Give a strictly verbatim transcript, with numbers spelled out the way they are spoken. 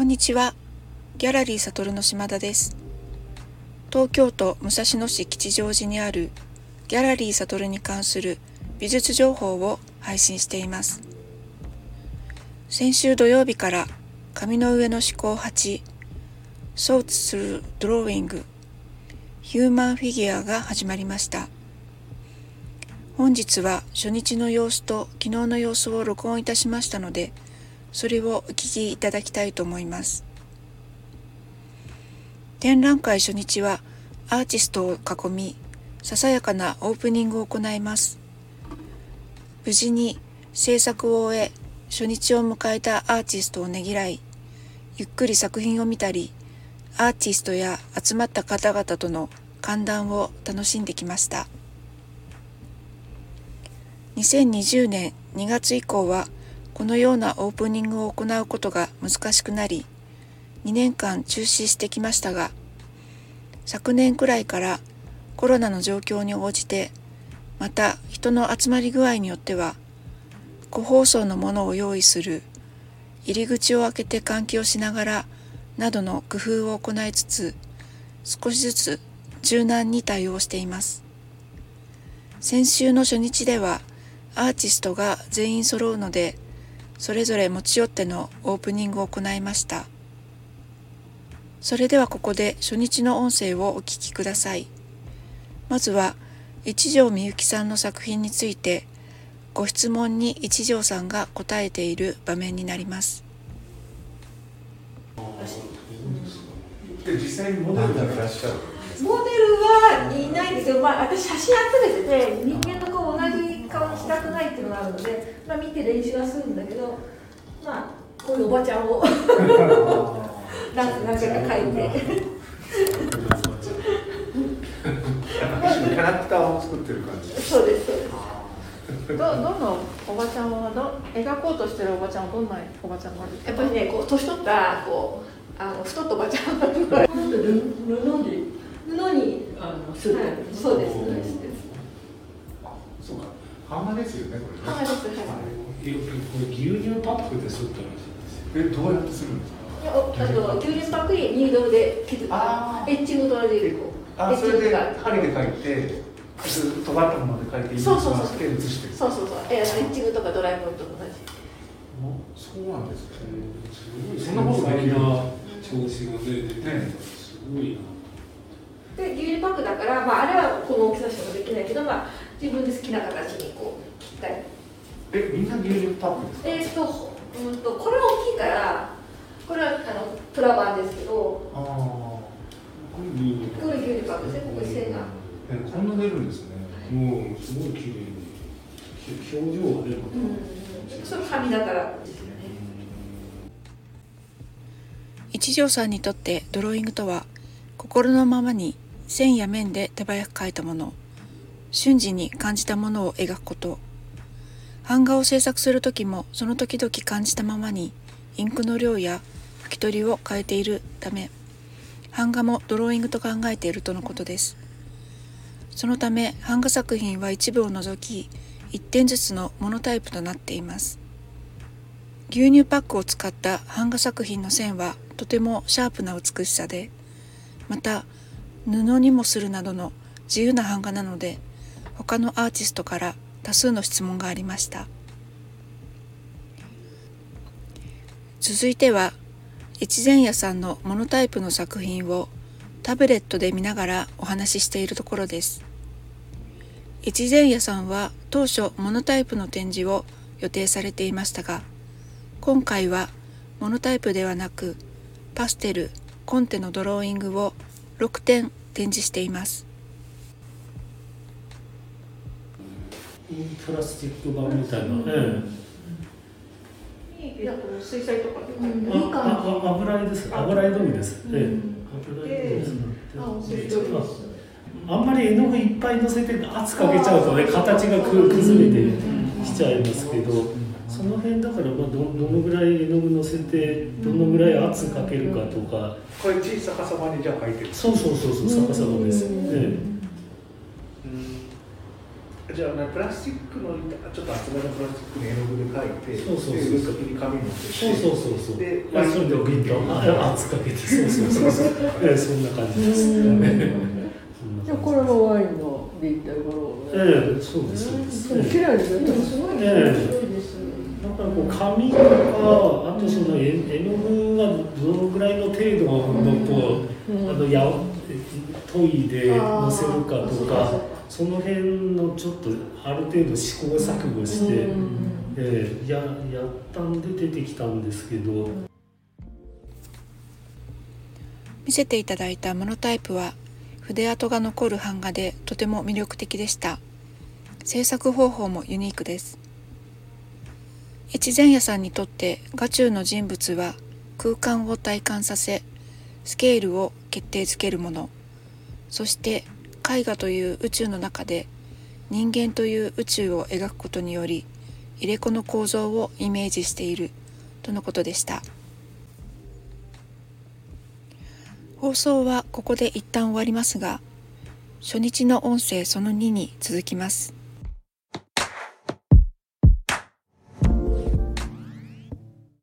んにちは。ギャラリー悟の島田です。東京都武蔵野市吉祥寺にあるギャラリー悟に関する美術情報を配信しています。先週土曜日から紙の上の思考はち Thoughts through Drawing ヒューマンフィギュアが始まりました。本日は初日の様子と昨日の様子を録音いたしましたので、それをお聞きいただきたいと思います。展覧会初日はアーティストを囲み、ささやかなオープニングを行います。無事に制作を終え、初日を迎えたアーティストをねぎらい、ゆっくり作品を見たり、アーティストや集まった方々との歓談を楽しんできました。にせんにじゅうねんにがつ以降は、このようなオープニングを行うことが難しくなり、にねんかん中止してきましたが、昨年くらいからコロナの状況に応じて、また人の集まり具合によっては、個包装のものを用意する、入り口を開けて換気をしながらなどの工夫を行いつつ、少しずつ柔軟に対応しています。先週の初日ではアーティストが全員揃うので、それぞれ持ち寄ってのオープニングを行いました。それではここで初日の音声をお聞きください。まずは一条みゆきさんの作品についてご質問に一条さんが答えている場面になります。 で実際にモデルがいらっしゃる。 モデルはいないんですよ。まあ、私写真集めてて人間とこう同じ顔にしたくないっていうのがあるので、まあ、見て練習はするんだけど、まあこういうおばちゃんをなんか何回か描いてキャラクターを作ってる感じ。 そうですそうです。 ど, どのおばちゃんはど描こうとしてるおばちゃんはどんなおばちゃんがあるんですか？ やっぱりね、こう年取ったこうあの太ったおばちゃんが布に布にあのする、はい、そうですそうです。 あ、そうか。版画ですよねこれね。 版画です。はい。 これ牛乳パックですって話ですよ。 え、どうやってするんですか？ いや、あと牛乳パックにニードルで傷つけ、エッチングと同じでこう。 あ、それで針で描いて、尖ったもので描いて、 そうそうそう。 印刷して写してる。 そうそうそう。え、エッチングとかドライモンと同じ。 そうなんですね。 すごい。そんなことできる。調子が出てね。すごいな。 で、牛乳パックだから、まああれはこの大きさしかできないけど、まあ自分で好きな形にこう切ったり。 え、みんな牛乳パックですか？ えっと、うんとこれ大きいから、これはあのプラバンですけど。ああ。これ牛乳パックですね。ここに線が。 え、こんな出るんですね。 もうすごい綺麗に表情が出る。 うん。それ紙だからですよね。 一条さんにとってドローイングとは、心のままに線や面で手早く描いたもの、瞬時に感じたものを描くこと。版画を制作するときもその時々感じたままにインクの量や拭き取りを変えているため、版画もドローイングと考えているとのことです。そのため版画作品は一部を除き一点ずつのモノタイプとなっています。牛乳パックを使った版画作品の線はとてもシャープな美しさで、また布にもするなどの自由な版画なので、他のアーティストから多数の質問がありました。続いては越前屋さんのモノタイプの作品をタブレットで見ながらお話ししているところです。越前屋さんは当初モノタイプの展示を予定されていましたが、今回はモノタイプではなくパステル、コンテのドローイングをろくてん展示しています。 プラスチック板みたいな、うんいや、この水彩とかで、うん、 いい感じ。油絵です。油絵のみです。 うん、 ええ、油絵です。 あ、 あんまり絵の具いっぱい乗せて圧かけちゃうとね、形がく崩れてきちゃいますけど、その辺だからまあ ど, どのぐらい絵の具乗せてどのぐらい圧かけるかとか。 これ小ささまにじゃあ描いてる。 そうそうそうそう、逆さまです。ええ。 じゃあ、ね、プラスチックのちょっと厚めのプラスチックに絵の具で描いて、 そうそうそうで上先に紙乗せて、 そうそうそうそう。 で、 まあそれでビンと圧かけて、そうそうそうそう。えそんな感じです。 じゃあこれもワインの立体画廊。 ええ、そうですそうです。 でも綺麗に出てます。 すごい面ええ白いです。 だからこう紙とか、あとその絵絵の具がどのぐらいの程度のこう、あのや研いで乗せるかとか、その辺のちょっとある程度試行錯誤して、ええ、ややったんで出てきたんですけど。 見せていただいたモノタイプは筆跡が残る版画でとても魅力的でした。制作方法もユニークです。越前屋さんにとって画中の人物は空間を体感させ、スケールを決定づけるもの、そして絵画という宇宙の中で人間という宇宙を描くことにより入れ子の構造をイメージしているとのことでした。放送はここで一旦終わりますが、初日の音声そのにに続きます。